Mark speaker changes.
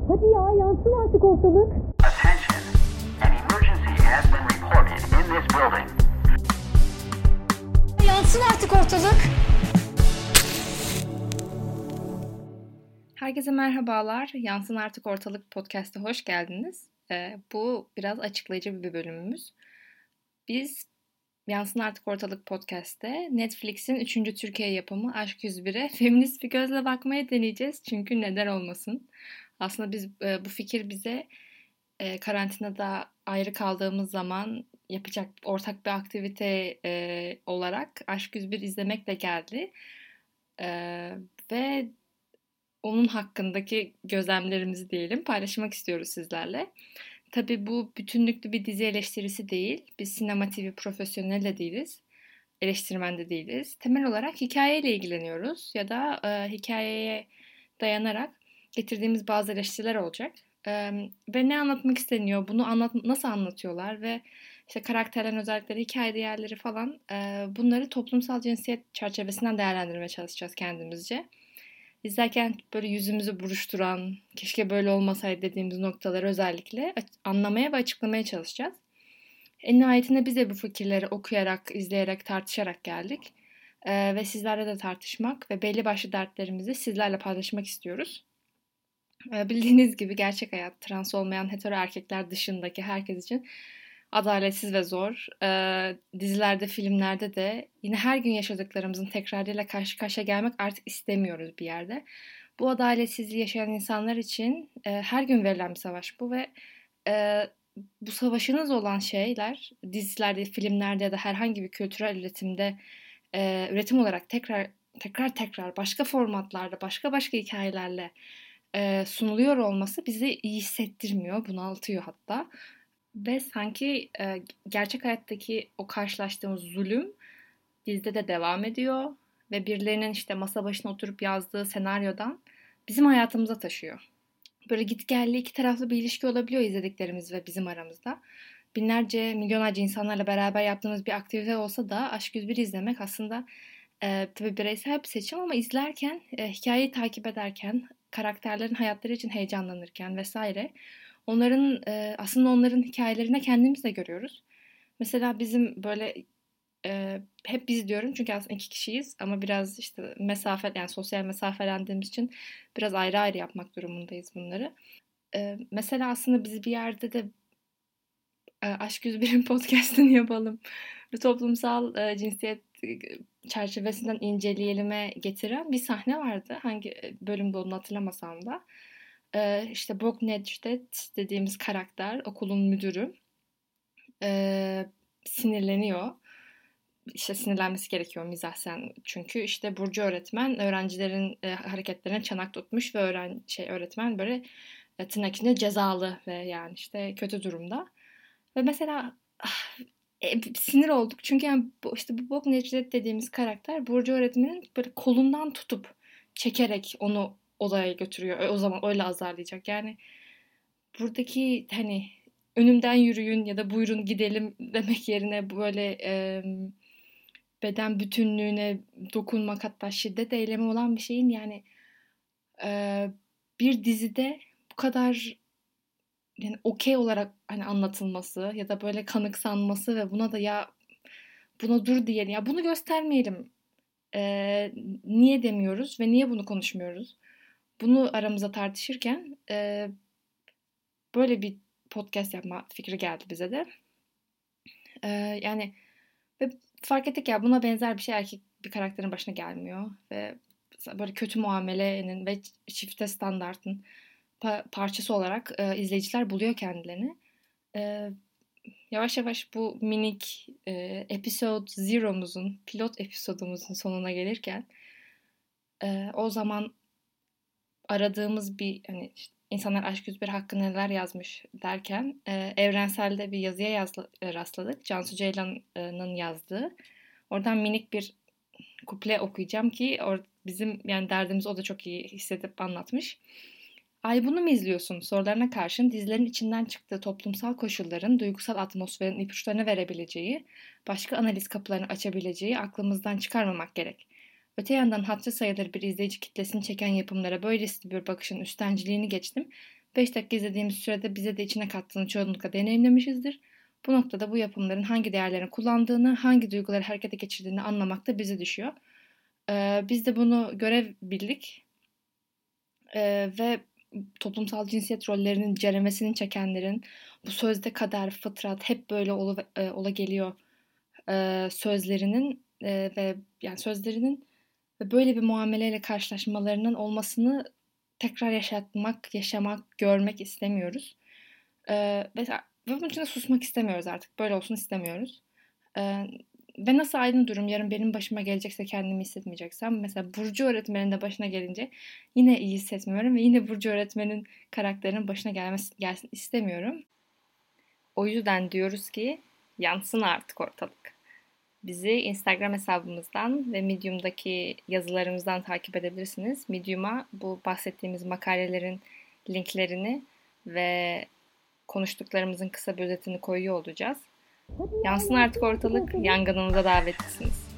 Speaker 1: Hadi ya, yansın artık ortalık.
Speaker 2: Attention. An emergency has been reported in this building.
Speaker 1: Yansın artık ortalık.
Speaker 3: Herkese merhabalar. Yansın Artık Ortalık podcast'a hoş geldiniz. Bu biraz açıklayıcı bir bölümümüz. Biz Yansın Artık Ortalık podcast'te Netflix'in 3. Türkiye yapımı Aşk 101'e feminist bir gözle bakmaya deneyeceğiz. Çünkü neden olmasın? Aslında bu fikir bize karantinada ayrı kaldığımız zaman yapacak ortak bir aktivite olarak Aşk 101 izlemekle geldi. Ve onun hakkındaki gözlemlerimizi diyelim paylaşmak istiyoruz sizlerle. Tabii bu bütünlüklü bir dizi eleştirisi değil. Biz sinema TV profesyonel de değiliz. Eleştirmen de değiliz. Temel olarak hikayeyle ilgileniyoruz ya da hikayeye dayanarak getirdiğimiz bazı eleştiriler olacak. Ve ne anlatmak isteniyor, bunu nasıl anlatıyorlar ve işte karakterlerin özellikleri, hikaye değerleri falan bunları toplumsal cinsiyet çerçevesinden değerlendirmeye çalışacağız kendimizce. İzlerken böyle yüzümüzü buruşturan, keşke böyle olmasaydı dediğimiz noktaları özellikle anlamaya ve açıklamaya çalışacağız. En nihayetinde biz de bu fikirleri okuyarak, izleyerek, tartışarak geldik. Ve sizlerle de tartışmak ve belli başlı dertlerimizi sizlerle paylaşmak istiyoruz. Bildiğiniz gibi gerçek hayat, trans olmayan hetero erkekler dışındaki herkes için adaletsiz ve zor. Dizilerde, filmlerde de yine her gün yaşadıklarımızın tekrarıyla karşı karşıya gelmek artık istemiyoruz bir yerde. Bu adaletsizliği yaşayan insanlar için her gün verilen bir savaş bu ve bu savaşınız olan şeyler dizilerde, filmlerde ya da herhangi bir kültürel üretim olarak tekrar başka formatlarda, başka hikayelerle sunuluyor olması bizi iyi hissettirmiyor, bunaltıyor hatta. Ve sanki gerçek hayattaki o karşılaştığımız zulüm dizide de devam ediyor ve birilerinin işte masa başına oturup yazdığı senaryodan bizim hayatımıza taşıyor. Böyle gitgelli iki taraflı bir ilişki olabiliyor izlediklerimiz ve bizim aramızda. Binlerce, milyonlarca insanlarla beraber yaptığımız bir aktivite olsa da Aşk 101 izlemek aslında tabii bireysel bir seçim ama izlerken, hikayeyi takip ederken, karakterlerin hayatları için heyecanlanırken vesaire aslında onların hikayelerine kendimiz de görüyoruz. Mesela bizim böyle hep biz diyorum çünkü aslında 2 kişiyiz ama biraz işte yani sosyal mesafelendiğimiz için biraz ayrı ayrı yapmak durumundayız bunları. Mesela aslında biz bir yerde de Aşk 101'in podcast'ını yapalım. Bir toplumsal cinsiyet çerçevesinden inceleyelime getiren bir sahne vardı. Hangi bölümde olduğunu hatırlamasam da. İşte Brock Nedstedt dediğimiz karakter, okulun müdürü, sinirleniyor. İşte sinirlenmesi gerekiyor mizahsen çünkü işte Burcu öğretmen öğrencilerin hareketlerine çanak tutmuş ve öğretmen böyle tırnak içinde cezalı ve yani işte kötü durumda. Ve mesela sinir olduk çünkü yani bu Brock Nedstedt dediğimiz karakter Burcu öğretmenin böyle kolundan tutup çekerek onu odaya götürüyor. O zaman öyle azarlayacak. Yani buradaki hani önümden yürüyün ya da buyurun gidelim demek yerine böyle beden bütünlüğüne dokunmak hatta şiddet eylemi olan bir şeyin yani bir dizide bu kadar yani okey olarak hani anlatılması ya da böyle kanıksanması ve buna da buna dur diyelim ya bunu göstermeyelim niye demiyoruz ve niye bunu konuşmuyoruz? Bunu aramıza tartışırken böyle bir podcast yapma fikri geldi bize de. Yani ve fark ettik ya buna benzer bir şey erkek bir karakterin başına gelmiyor ve böyle kötü muamelenin ve çifte standartın parçası olarak izleyiciler buluyor kendilerini. Yavaş yavaş bu minik episode zero'muzun, pilot episodumuzun sonuna gelirken o zaman aradığımız bir hani insanlar Aşk 101 hakkında neler yazmış derken evrenselde bir yazıya rastladık. Cansu Ceylan'ın yazdığı. Oradan minik bir kuple okuyacağım ki bizim yani derdimizi o da çok iyi hissedip anlatmış. Ay bunu mu izliyorsun sorularına karşın dizilerin içinden çıktığı toplumsal koşulların duygusal atmosferin ipuçlarını verebileceği, başka analiz kapılarını açabileceği aklımızdan çıkarmamak gerek. Öte yandan hatırı sayılır bir izleyici kitlesini çeken yapımlara böylesi bir bakışın üstenciliğini geçtim. 5 dakika izlediğimiz sürede bize de içine kattığını çoğunlukla deneyimlemişizdir. Bu noktada bu yapımların hangi değerlerini kullandığını, hangi duyguları harekete geçirdiğini anlamak da bize düşüyor. Biz de bunu görev bildik ve toplumsal cinsiyet rollerinin ceremesini çekenlerin bu sözde kader, fıtrat hep böyle ola geliyor sözlerinin ve yani sözlerinin ve böyle bir muameleyle karşılaşmalarının olmasını tekrar yaşamak, görmek istemiyoruz. Ve bunun için de susmak istemiyoruz artık. Böyle olsun istemiyoruz. Ve nasıl aydın durum yarın benim başıma gelecekse kendimi hissetmeyeceksem. Mesela Burcu öğretmenin de başına gelince yine iyi hissetmiyorum ve yine Burcu öğretmenin karakterinin başına gelsin istemiyorum. O yüzden diyoruz ki yansın artık ortalık. Bizi Instagram hesabımızdan ve Medium'daki yazılarımızdan takip edebilirsiniz. Medium'a bu bahsettiğimiz makalelerin linklerini ve konuştuklarımızın kısa bir özetini koyuyor olacağız. Yansın artık ortalık, yangınımıza davetlisiniz.